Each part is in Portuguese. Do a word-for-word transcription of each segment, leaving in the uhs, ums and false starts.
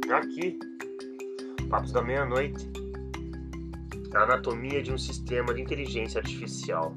Aqui, Papos da Meia-Noite, a anatomia de um sistema de inteligência artificial.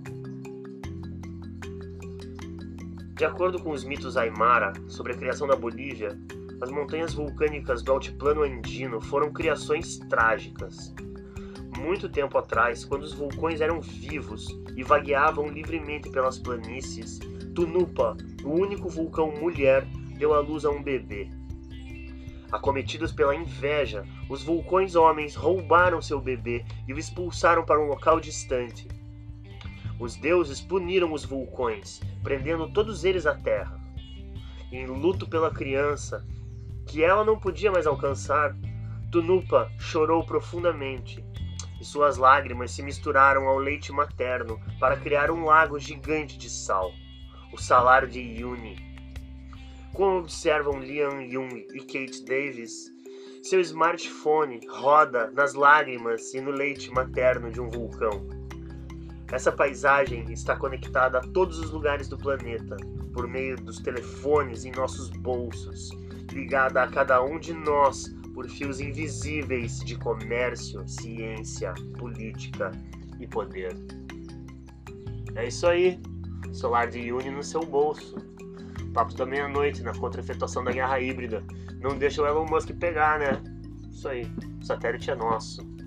De acordo com os mitos Aymara sobre a criação da Bolívia, as montanhas vulcânicas do altiplano andino foram criações trágicas. Muito tempo atrás, quando os vulcões eram vivos e vagueavam livremente pelas planícies, Tunupa, o único vulcão mulher, deu à luz a um bebê. Acometidos pela inveja, os vulcões homens roubaram seu bebê e o expulsaram para um local distante. Os deuses puniram os vulcões, prendendo todos eles à terra. Em luto pela criança, que ela não podia mais alcançar, Tunupa chorou profundamente, e suas lágrimas se misturaram ao leite materno para criar um lago gigante de sal, o Salar de Uyuni. Como observam Liam Young e Kate Davis, seu smartphone roda nas lágrimas e no leite materno de um vulcão. Essa paisagem está conectada a todos os lugares do planeta, por meio dos telefones em nossos bolsos, ligada a cada um de nós por fios invisíveis de comércio, ciência, política e poder. É isso aí, Solar de Uyuni no seu bolso. Papos da Meia-Noite na contra-efetuação da guerra híbrida. Não deixa o Elon Musk pegar, né? Isso aí, o satélite é nosso.